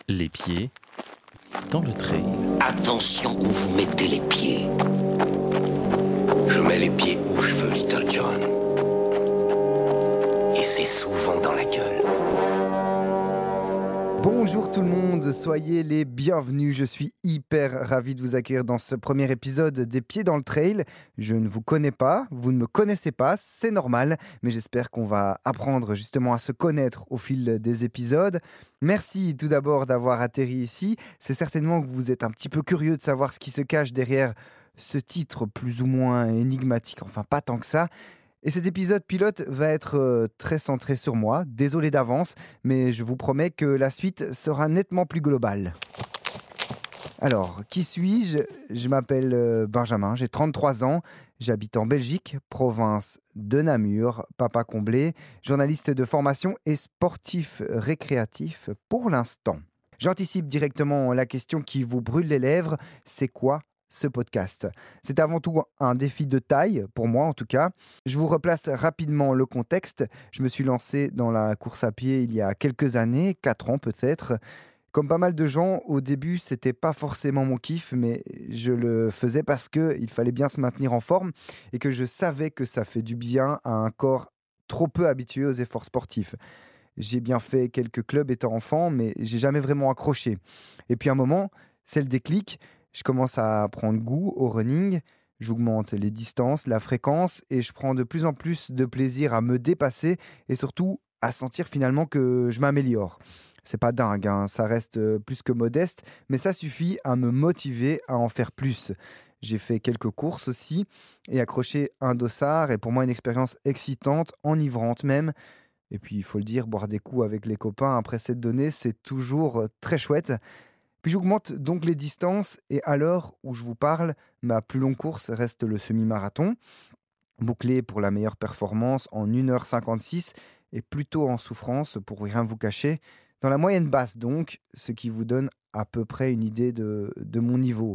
Les pieds dans le trail. Attention où vous mettez les pieds. Je mets les pieds où je veux, Little John. Et c'est souvent dans la gueule. Bonjour tout le monde, soyez les bienvenus. Je suis hyper ravi de vous accueillir dans ce premier épisode des Pieds dans le Trail. Je ne vous connais pas, vous ne me connaissez pas, c'est normal, mais j'espère qu'on va apprendre justement à se connaître au fil des épisodes. Merci tout d'abord d'avoir atterri ici. C'est certainement que vous êtes un petit peu curieux de savoir ce qui se cache derrière ce titre plus ou moins énigmatique, enfin pas tant que ça. Et cet épisode pilote va être très centré sur moi, désolé d'avance, mais je vous promets que la suite sera nettement plus globale. Alors, qui suis-je ? Je m'appelle Benjamin, j'ai 33 ans, j'habite en Belgique, province de Namur, papa comblé, journaliste de formation et sportif récréatif pour l'instant. J'anticipe directement la question qui vous brûle les lèvres, c'est quoi ce podcast ? C'est avant tout un défi de taille, pour moi en tout cas. Je vous replace rapidement le contexte. Je me suis lancé dans la course à pied il y a quelques années, 4 ans peut-être. Comme pas mal de gens, au début, c'était pas forcément mon kiff, mais je le faisais parce qu'il fallait bien se maintenir en forme et que je savais que ça fait du bien à un corps trop peu habitué aux efforts sportifs. J'ai bien fait quelques clubs étant enfant, mais j'ai jamais vraiment accroché. Et puis à un moment, c'est le déclic. Je commence à prendre goût au running, j'augmente les distances, la fréquence et je prends de plus en plus de plaisir à me dépasser et surtout à sentir finalement que je m'améliore. C'est pas dingue, hein, ça reste plus que modeste, mais ça suffit à me motiver à en faire plus. J'ai fait quelques courses aussi et accroché un dossard est pour moi une expérience excitante, enivrante même. Et puis il faut le dire, boire des coups avec les copains après cette donnée, c'est toujours très chouette. Puis j'augmente donc les distances et à l'heure où je vous parle, ma plus longue course reste le semi-marathon, bouclé pour la meilleure performance en 1h56 et plutôt en souffrance pour rien vous cacher, dans la moyenne basse donc, ce qui vous donne à peu près une idée de mon niveau.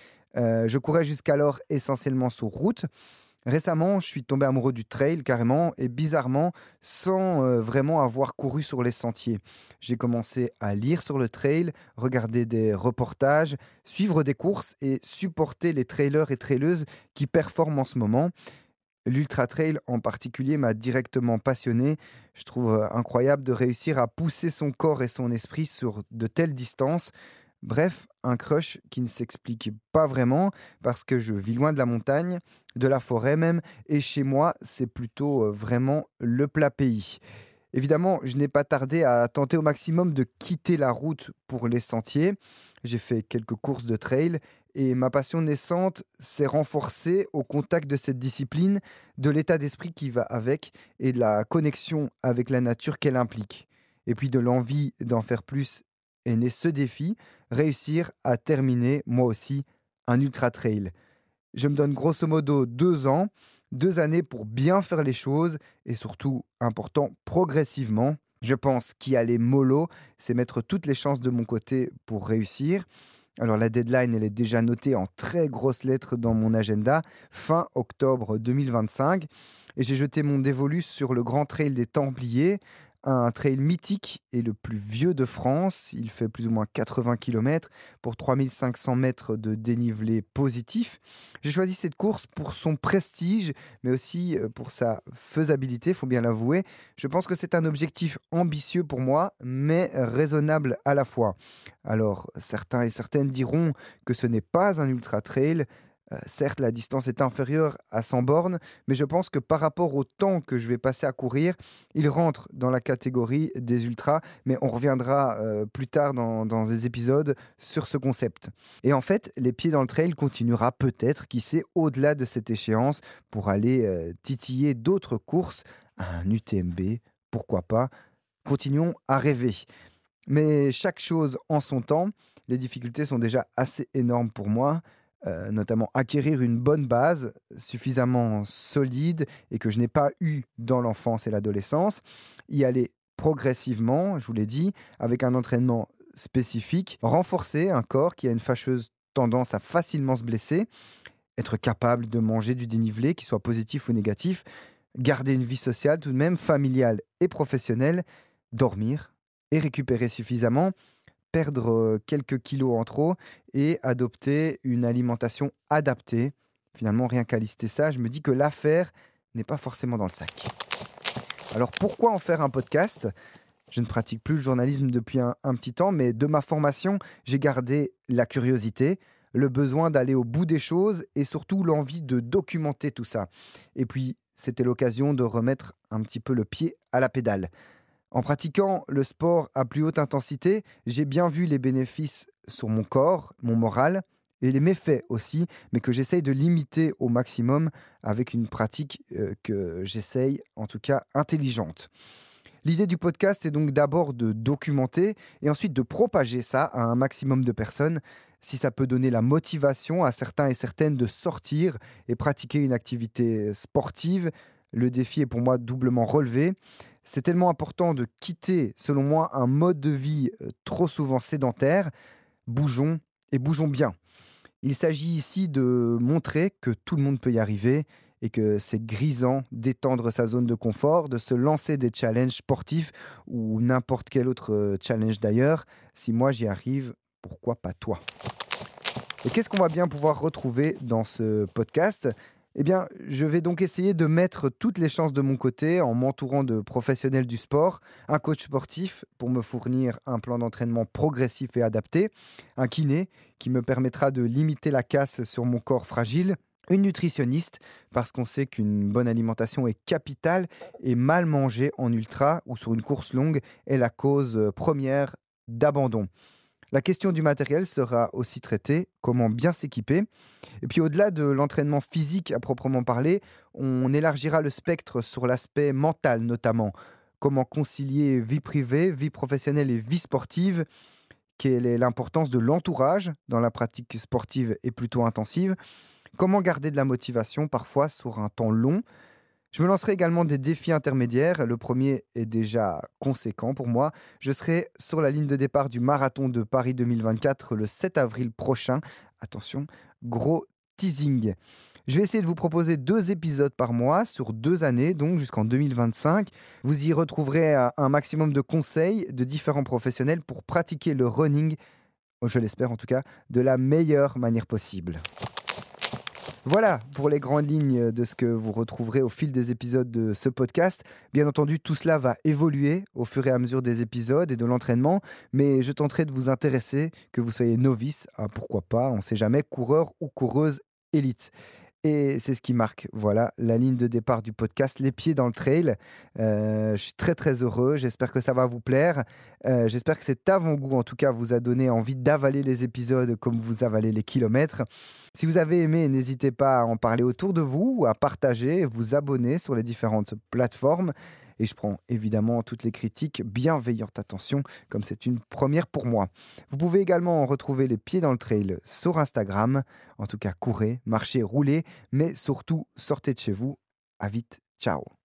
Je courais jusqu'alors essentiellement sur route. Récemment, je suis tombé amoureux du trail carrément et bizarrement, sans vraiment avoir couru sur les sentiers. J'ai commencé à lire sur le trail, regarder des reportages, suivre des courses et supporter les trailers et traileuses qui performent en ce moment. L'ultra trail en particulier m'a directement passionné. Je trouve incroyable de réussir à pousser son corps et son esprit sur de telles distances. Bref, un crush qui ne s'explique pas vraiment parce que je vis loin de la montagne, de la forêt même, et chez moi, c'est plutôt vraiment le plat pays. Évidemment, je n'ai pas tardé à tenter au maximum de quitter la route pour les sentiers. J'ai fait quelques courses de trail et ma passion naissante s'est renforcée au contact de cette discipline, de l'état d'esprit qui va avec et de la connexion avec la nature qu'elle implique. Et puis de l'envie d'en faire plus est né ce défi, réussir à terminer moi aussi un ultra trail. Je me donne grosso modo 2 ans, 2 années pour bien faire les choses et surtout, important, progressivement. Je pense qu'y aller mollo, c'est mettre toutes les chances de mon côté pour réussir. Alors la deadline, elle est déjà notée en très grosses lettres dans mon agenda, fin octobre 2025. Et j'ai jeté mon dévolu sur le Grand Trail des Templiers, un trail mythique et le plus vieux de France. Il fait plus ou moins 80 km pour 3500 mètres de dénivelé positif. J'ai choisi cette course pour son prestige, mais aussi pour sa faisabilité, il faut bien l'avouer. Je pense que c'est un objectif ambitieux pour moi, mais raisonnable à la fois. Alors, certains et certaines diront que ce n'est pas un ultra trail. Certes, la distance est inférieure à 100 bornes, mais je pense que par rapport au temps que je vais passer à courir, il rentre dans la catégorie des ultras, mais on reviendra plus tard dans des épisodes sur ce concept. Et en fait, les pieds dans le trail continuera peut-être, qui sait, au-delà de cette échéance, pour aller titiller d'autres courses, un UTMB, pourquoi pas. Continuons à rêver. Mais chaque chose en son temps, les difficultés sont déjà assez énormes pour moi. Notamment acquérir une bonne base suffisamment solide et que je n'ai pas eu dans l'enfance et l'adolescence, y aller progressivement, je vous l'ai dit, avec un entraînement spécifique, renforcer un corps qui a une fâcheuse tendance à facilement se blesser, être capable de manger du dénivelé, qu'il soit positif ou négatif, garder une vie sociale tout de même, familiale et professionnelle, dormir et récupérer suffisamment, perdre quelques kilos en trop et adopter une alimentation adaptée. Finalement, rien qu'à lister ça, je me dis que l'affaire n'est pas forcément dans le sac. Alors pourquoi en faire un podcast ? Je ne pratique plus le journalisme depuis un petit temps, mais de ma formation, j'ai gardé la curiosité, le besoin d'aller au bout des choses et surtout l'envie de documenter tout ça. Et puis, c'était l'occasion de remettre un petit peu le pied à la pédale. En pratiquant le sport à plus haute intensité, j'ai bien vu les bénéfices sur mon corps, mon moral et les méfaits aussi, mais que j'essaye de limiter au maximum avec une pratique que j'essaye en tout cas intelligente. L'idée du podcast est donc d'abord de documenter et ensuite de propager ça à un maximum de personnes. Si ça peut donner la motivation à certains et certaines de sortir et pratiquer une activité sportive, le défi est pour moi doublement relevé. C'est tellement important de quitter, selon moi, un mode de vie trop souvent sédentaire. Bougeons et bougeons bien. Il s'agit ici de montrer que tout le monde peut y arriver et que c'est grisant d'étendre sa zone de confort, de se lancer des challenges sportifs ou n'importe quel autre challenge d'ailleurs. Si moi j'y arrive, pourquoi pas toi ? Et qu'est-ce qu'on va bien pouvoir retrouver dans ce podcast ? Eh bien, je vais donc essayer de mettre toutes les chances de mon côté en m'entourant de professionnels du sport, un coach sportif pour me fournir un plan d'entraînement progressif et adapté, un kiné qui me permettra de limiter la casse sur mon corps fragile, une nutritionniste parce qu'on sait qu'une bonne alimentation est capitale et mal manger en ultra ou sur une course longue est la cause première d'abandon. La question du matériel sera aussi traitée, comment bien s'équiper. Et puis au-delà de l'entraînement physique à proprement parler, on élargira le spectre sur l'aspect mental notamment. Comment concilier vie privée, vie professionnelle et vie sportive. Quelle est l'importance de l'entourage dans la pratique sportive et plutôt intensive. Comment garder de la motivation parfois sur un temps long. Je me lancerai également des défis intermédiaires. Le premier est déjà conséquent pour moi. Je serai sur la ligne de départ du marathon de Paris 2024 le 7 avril prochain. Attention, gros teasing. Je vais essayer de vous proposer 2 épisodes par mois sur 2 années, donc jusqu'en 2025. Vous y retrouverez un maximum de conseils de différents professionnels pour pratiquer le running, je l'espère en tout cas, de la meilleure manière possible. Voilà pour les grandes lignes de ce que vous retrouverez au fil des épisodes de ce podcast. Bien entendu, tout cela va évoluer au fur et à mesure des épisodes et de l'entraînement, mais je tenterai de vous intéresser, que vous soyez novice, pourquoi pas, on ne sait jamais, coureur ou coureuse élite. Et c'est ce qui marque, voilà, la ligne de départ du podcast, les pieds dans le trail. Je suis très très heureux, j'espère que ça va vous plaire. J'espère que cet avant-goût, en tout cas, vous a donné envie d'avaler les épisodes comme vous avalez les kilomètres. Si vous avez aimé, n'hésitez pas à en parler autour de vous, à partager, vous abonner sur les différentes plateformes. Et je prends évidemment toutes les critiques bienveillantes attention, comme c'est une première pour moi. Vous pouvez également retrouver les pieds dans le trail sur Instagram. En tout cas, courez, marchez, roulez, mais surtout, sortez de chez vous. À vite, ciao.